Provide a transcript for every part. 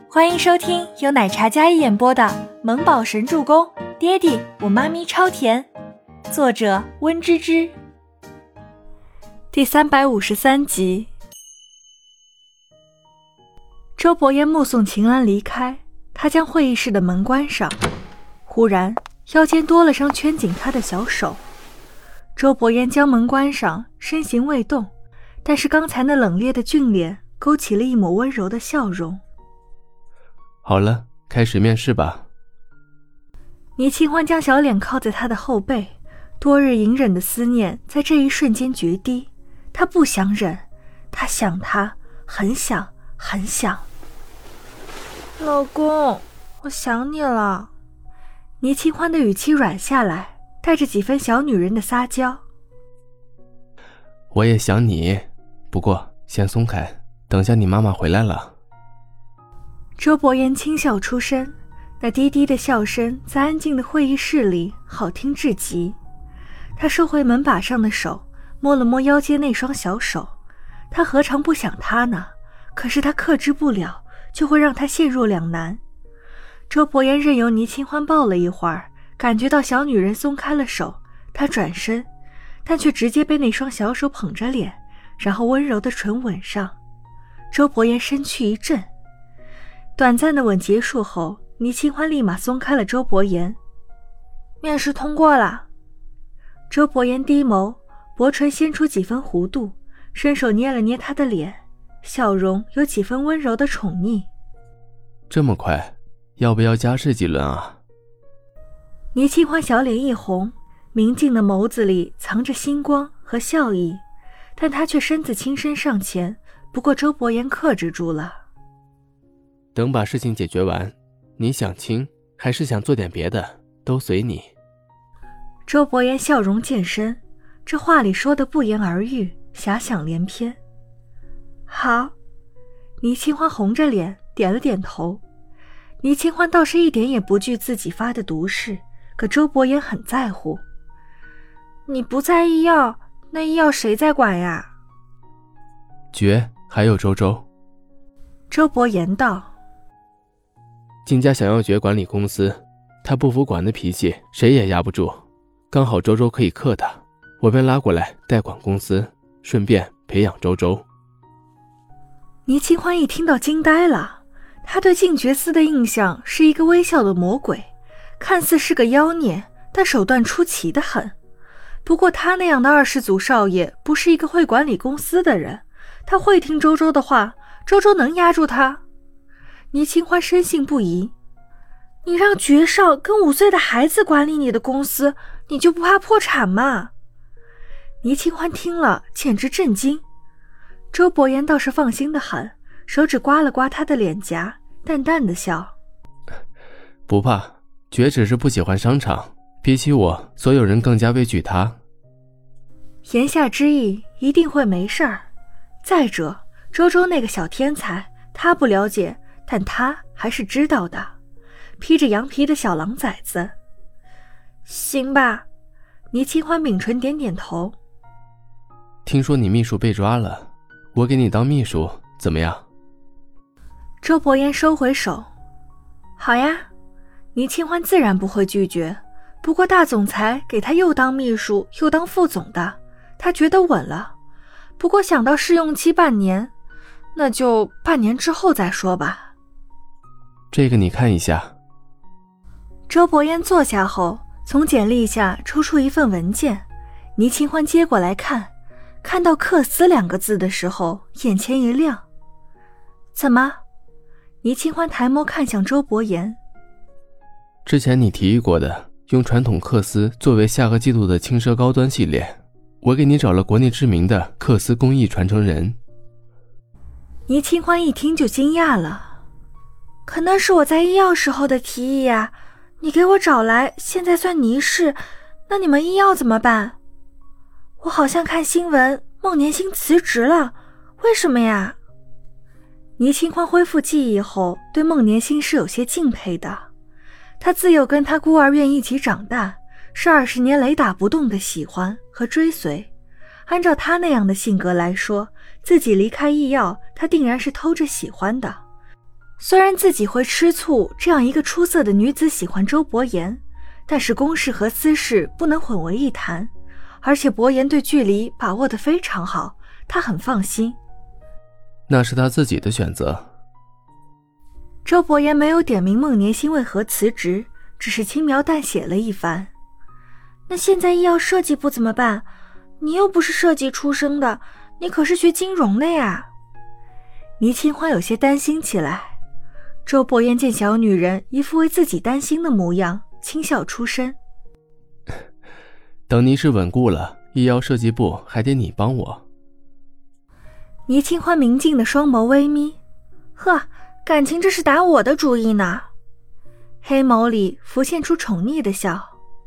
欢迎收听由奶茶嘉一演播的《萌宝神助攻》，爹地我妈咪超甜，作者温芝芝。第353集。周伯言目送秦岚离开，他将会议室的门关上，忽然腰间多了双圈紧他的小手。周伯言将门关上，身形未动，但是刚才那冷冽的俊脸勾起了一抹温柔的笑容。 好了，开始面试吧。 倪清欢将小脸靠在他的后背，多日隐忍的思念在这一瞬间决堤。他不想忍，他想他，很想很想。老公，我想你了。倪清欢的语气软下来，带着几分小女人的撒娇。 我也想你，不过先松开，等下你妈妈回来了。 周伯言轻笑出声，那低低的笑声在安静的会议室里好听至极。他收回门把上的手，摸了摸腰间那双小手。他何尝不想他呢？可是他克制不了，就会让他陷入两难。周伯言任由倪清欢抱了一会儿，感觉到小女人松开了手，他转身，但却直接被那双小手捧着脸，然后温柔的唇吻上。周伯言身躯一震。短暂的吻结束后，倪清欢立马松开了周伯言。面试通过了。周伯言低眸，薄唇掀出几分弧度，伸手捏了捏他的脸，笑容有几分温柔的宠溺。 这么快，要不要加试几轮啊？ 倪清欢小脸一红，明净的眸子里藏着星光和笑意，但他却身子轻身上前，不过周伯言克制住了。 等把事情解决完，你想亲还是想做点别的，都随你。 周伯言笑容渐深，这话里说的不言而喻，遐想连篇。好。倪清欢红着脸点了点头。倪清欢倒是一点也不惧自己发的毒誓，可周伯言很在乎。你不在医药，那医药谁在管呀？ 绝还有周周。 周伯言道。 金家想要绝管理公司，他不服管的脾气谁也压不住，刚好周周可以克他，我便拉过来代管公司，顺便培养周周。 倪清欢一听到惊呆了，他对静觉司的印象是一个微笑的魔鬼，看似是个妖孽，但手段出奇的很。不过他那样的二世祖少爷不是一个会管理公司的人，他会听周周的话，周周能压住他？倪清欢深信不疑。你让爵少跟5岁的孩子管理你的公司，你就不怕破产吗？倪清欢听了简直震惊。周伯言倒是放心的很，手指刮了刮他的脸颊，淡淡的笑。 不怕，爵只是不喜欢商场，比起我，所有人更加畏惧他。 言下之意一定会没事儿。再者，周周那个小天才，他不了解，但他还是知道的。披着羊皮的小狼崽子。行吧。倪清欢抿唇点点头。 听说你秘书被抓了，我给你当秘书怎么样？ 周伯言收回手。好呀。倪清欢自然不会拒绝，不过大总裁给他又当秘书又当副总的，他觉得稳了。不过想到试用期半年，那就半年之后再说吧。 这个你看一下。 周伯言坐下后，从简历下抽出一份文件，倪清欢接过来看，看到克斯2个字的时候，眼前一亮。怎么？倪清欢抬眸看向周伯言。 之前你提议过的，用传统克斯作为下个季度的轻奢高端系列，我给你找了国内知名的克斯工艺传承人。 倪清欢一听就惊讶了。可那是我在医药时候的提议呀，你给我找来，现在算泥试，那你们医药怎么办？我好像看新闻，孟年星辞职了，为什么呀？倪清欢恢复记忆后，对孟年星是有些敬佩的。他自幼跟他孤儿院一起长大，是20年雷打不动的喜欢和追随。按照他那样的性格来说，自己离开医药，他定然是偷着喜欢的。 虽然自己会吃醋这样一个出色的女子喜欢周伯言，但是公事和私事不能混为一谈，而且伯言对距离把握得非常好，他很放心。 那是他自己的选择。 周伯言没有点名孟年星为何辞职，只是轻描淡写了一番。那现在医药设计部怎么办？你又不是设计出身的，你可是学金融的呀。倪清欢有些担心起来。周伯言见小女人一副为自己担心的模样，轻笑出声。 等你是稳固了，医药设计部还得你帮我。 倪清欢明净的双眸微眯，呵，感情这是打我的主意呢。黑眸里浮现出宠溺的笑。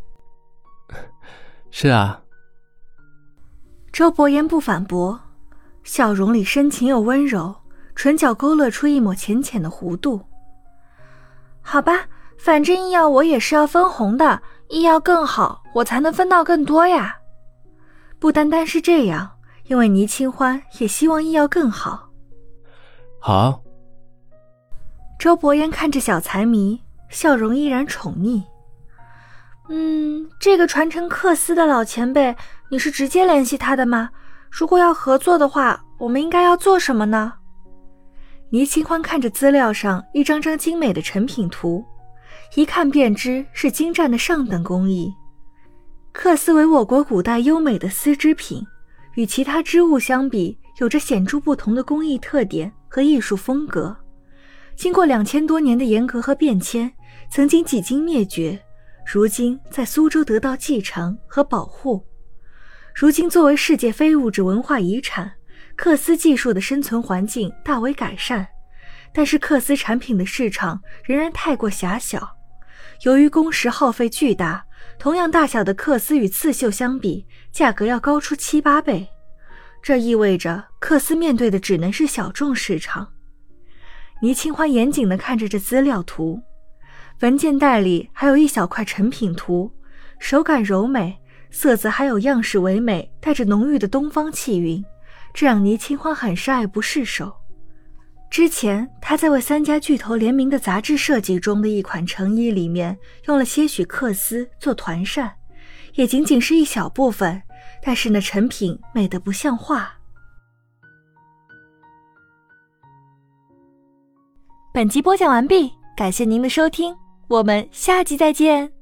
是啊。 周伯言不反驳，笑容里深情又温柔，唇角勾勒出一抹浅浅的弧度。好吧，反正医药我也是要分红的，医药更好，我才能分到更多呀。不单单是这样，因为倪清欢也希望医药更好。 好。 周伯言看着小财迷，笑容依然宠溺。这个传承克斯的老前辈，你是直接联系他的吗？如果要合作的话，我们应该要做什么呢？倪清欢看着资料上一张张精美的成品图，一看便知是精湛的上等工艺。克斯为我国古代优美的丝织品，与其他织物相比，有着显著不同的工艺特点和艺术风格。经过2000多年的严格和变迁，曾经几经灭绝，如今在苏州得到继承和保护。如今作为世界非物质文化遗产，克斯技术的生存环境大为改善，但是克斯产品的市场仍然太过狭小。由于工时耗费巨大，同样大小的克斯与刺绣相比，价格要高出7、8倍。这意味着克斯面对的只能是小众市场。倪清欢严谨地看着这资料图，文件袋里还有一小块成品图，手感柔美，色泽还有样式唯美，带着浓郁的东方气韵，这让倪清欢很是爱不释手。之前他在为3家巨头联名的杂志设计中的一款成衣里面用了些许克丝做团扇，也仅仅是一小部分，但是那成品美得不像话。本集播讲完毕，感谢您的收听，我们下集再见。